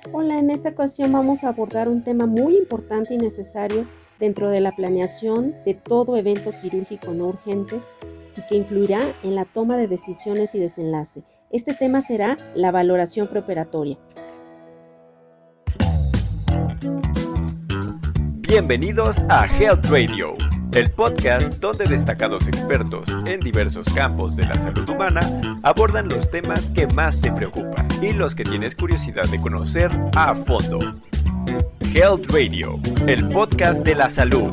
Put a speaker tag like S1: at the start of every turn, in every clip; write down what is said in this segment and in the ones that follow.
S1: Hola, en esta ocasión vamos a abordar un tema muy importante y necesario dentro de la planeación de todo evento quirúrgico no urgente y que influirá en la toma de decisiones y desenlace. Este tema será la valoración preoperatoria.
S2: Bienvenidos a Health Radio, el podcast donde destacados expertos en diversos campos de la salud humana abordan los temas que más te preocupan y los que tienes curiosidad de conocer a fondo. Health Radio, el podcast de la salud.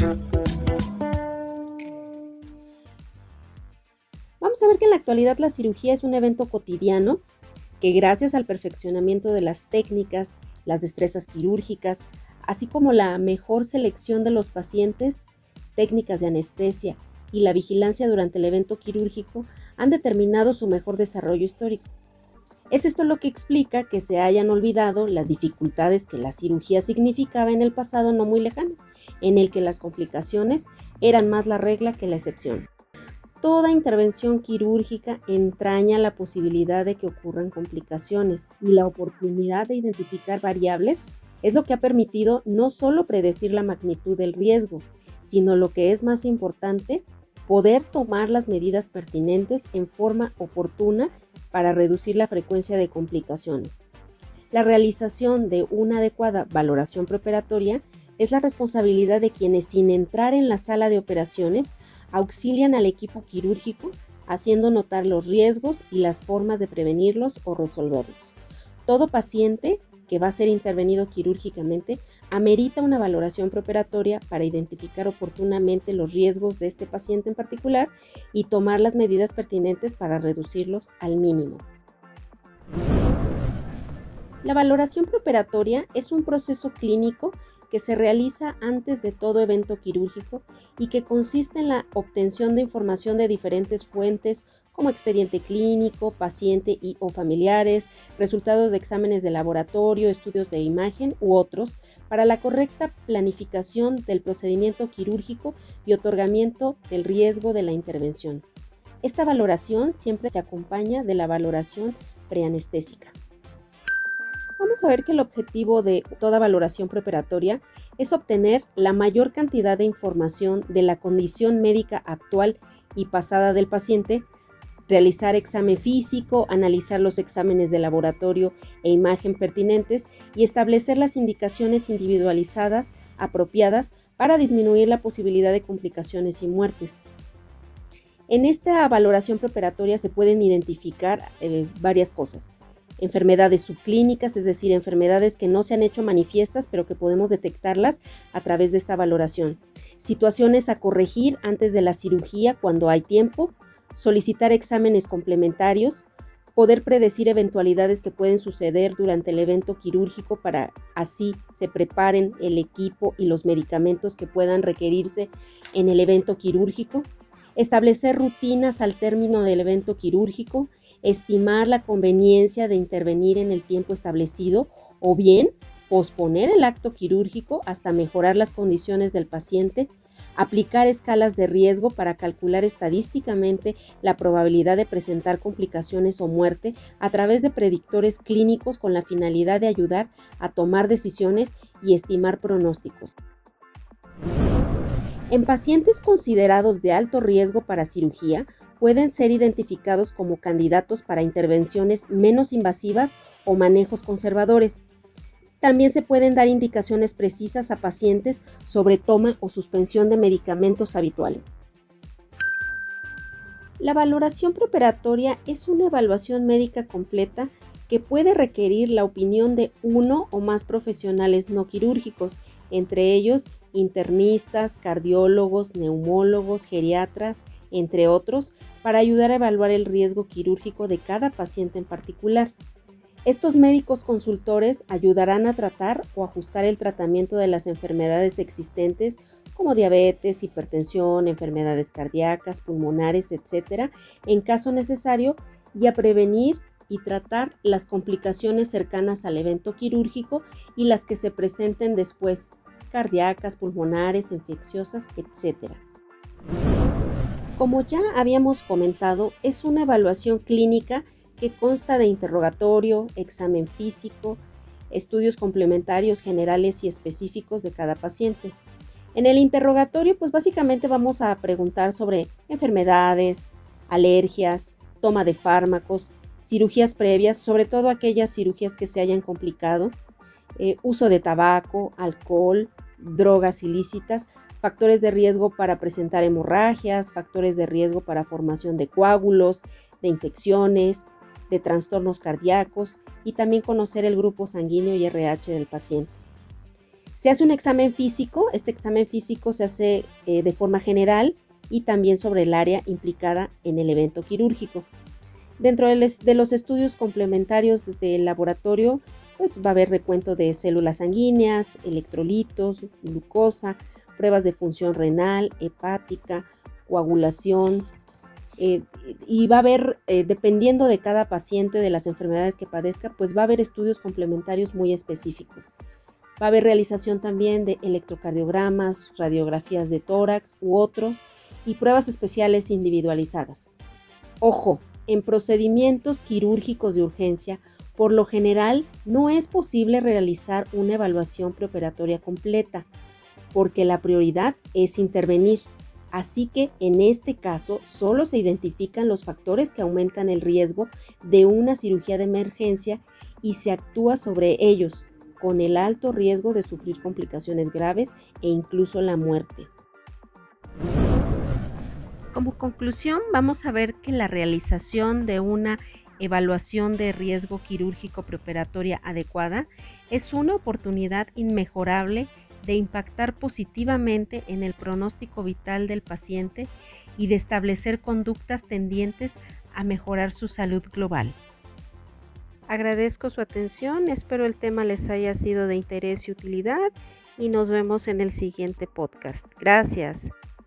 S1: Vamos a ver que en la actualidad la cirugía es un evento cotidiano que gracias al perfeccionamiento de las técnicas, las destrezas quirúrgicas, así como la mejor selección de los pacientes, técnicas de anestesia y la vigilancia durante el evento quirúrgico han determinado su mejor desarrollo histórico. Es esto lo que explica que se hayan olvidado las dificultades que la cirugía significaba en el pasado no muy lejano, en el que las complicaciones eran más la regla que la excepción. Toda intervención quirúrgica entraña la posibilidad de que ocurran complicaciones y la oportunidad de identificar variables es lo que ha permitido no solo predecir la magnitud del riesgo, sino lo que es más importante, poder tomar las medidas pertinentes en forma oportuna para reducir la frecuencia de complicaciones. La realización de una adecuada valoración preoperatoria es la responsabilidad de quienes, sin entrar en la sala de operaciones, auxilian al equipo quirúrgico, haciendo notar los riesgos y las formas de prevenirlos o resolverlos. Todo paciente que va a ser intervenido quirúrgicamente amerita una valoración preoperatoria para identificar oportunamente los riesgos de este paciente en particular y tomar las medidas pertinentes para reducirlos al mínimo. La valoración preoperatoria es un proceso clínico que se realiza antes de todo evento quirúrgico y que consiste en la obtención de información de diferentes fuentes como expediente clínico, paciente y o familiares, resultados de exámenes de laboratorio, estudios de imagen u otros, para la correcta planificación del procedimiento quirúrgico y otorgamiento del riesgo de la intervención. Esta valoración siempre se acompaña de la valoración preanestésica. Vamos a ver que el objetivo de toda valoración preoperatoria es obtener la mayor cantidad de información de la condición médica actual y pasada del paciente, realizar examen físico, analizar los exámenes de laboratorio e imagen pertinentes y establecer las indicaciones individualizadas apropiadas para disminuir la posibilidad de complicaciones y muertes. En esta valoración preoperatoria se pueden identificar varias cosas. Enfermedades subclínicas, es decir, enfermedades que no se han hecho manifiestas, pero que podemos detectarlas a través de esta valoración. Situaciones a corregir antes de la cirugía cuando hay tiempo, solicitar exámenes complementarios, poder predecir eventualidades que pueden suceder durante el evento quirúrgico para así se preparen el equipo y los medicamentos que puedan requerirse en el evento quirúrgico, establecer rutinas al término del evento quirúrgico, estimar la conveniencia de intervenir en el tiempo establecido o bien posponer el acto quirúrgico hasta mejorar las condiciones del paciente, aplicar escalas de riesgo para calcular estadísticamente la probabilidad de presentar complicaciones o muerte a través de predictores clínicos con la finalidad de ayudar a tomar decisiones y estimar pronósticos. En pacientes considerados de alto riesgo para cirugía, pueden ser identificados como candidatos para intervenciones menos invasivas o manejos conservadores. También se pueden dar indicaciones precisas a pacientes sobre toma o suspensión de medicamentos habituales. La valoración preoperatoria es una evaluación médica completa que puede requerir la opinión de uno o más profesionales no quirúrgicos, entre ellos internistas, cardiólogos, neumólogos, geriatras, entre otros, para ayudar a evaluar el riesgo quirúrgico de cada paciente en particular. Estos médicos consultores ayudarán a tratar o ajustar el tratamiento de las enfermedades existentes como diabetes, hipertensión, enfermedades cardíacas, pulmonares, etc., en caso necesario, y a prevenir y tratar las complicaciones cercanas al evento quirúrgico y las que se presenten después, cardíacas, pulmonares, infecciosas, etc. Como ya habíamos comentado, es una evaluación clínica que consta de interrogatorio, examen físico, estudios complementarios generales y específicos de cada paciente. En el interrogatorio, pues básicamente vamos a preguntar sobre enfermedades, alergias, toma de fármacos, cirugías previas, sobre todo aquellas cirugías que se hayan complicado, uso de tabaco, alcohol, drogas ilícitas, factores de riesgo para presentar hemorragias, factores de riesgo para formación de coágulos, de infecciones, de trastornos cardíacos y también conocer el grupo sanguíneo y RH del paciente. Se hace un examen físico, este examen físico se hace de forma general y también sobre el área implicada en el evento quirúrgico. Dentro de los estudios complementarios del laboratorio, pues va a haber recuento de células sanguíneas, electrolitos, glucosa, pruebas de función renal, hepática, coagulación, y va a haber, dependiendo de cada paciente, de las enfermedades que padezca, pues va a haber estudios complementarios muy específicos. Va a haber realización también de electrocardiogramas, radiografías de tórax u otros y pruebas especiales individualizadas. Ojo, en procedimientos quirúrgicos de urgencia, por lo general no es posible realizar una evaluación preoperatoria completa, porque la prioridad es intervenir. Así que en este caso solo se identifican los factores que aumentan el riesgo de una cirugía de emergencia y se actúa sobre ellos, con el alto riesgo de sufrir complicaciones graves e incluso la muerte. Como conclusión, vamos a ver que la realización de una evaluación de riesgo quirúrgico preoperatoria adecuada es una oportunidad inmejorable de impactar positivamente en el pronóstico vital del paciente y de establecer conductas tendientes a mejorar su salud global. Agradezco su atención, espero el tema les haya sido de interés y utilidad y nos vemos en el siguiente podcast. Gracias.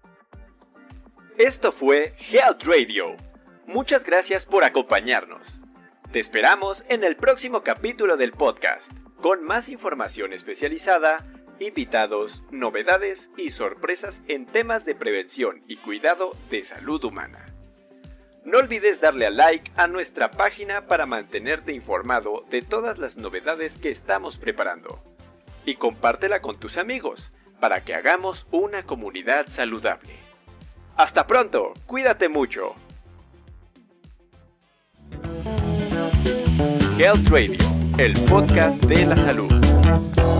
S2: Esto fue Health Radio. Muchas gracias por acompañarnos. Te esperamos en el próximo capítulo del podcast, con más información especializada, invitados, novedades y sorpresas en temas de prevención y cuidado de salud humana. No olvides darle a like a nuestra página para mantenerte informado de todas las novedades que estamos preparando. Y compártela con tus amigos para que hagamos una comunidad saludable. ¡Hasta pronto! ¡Cuídate mucho! Health Radio, el podcast de la salud.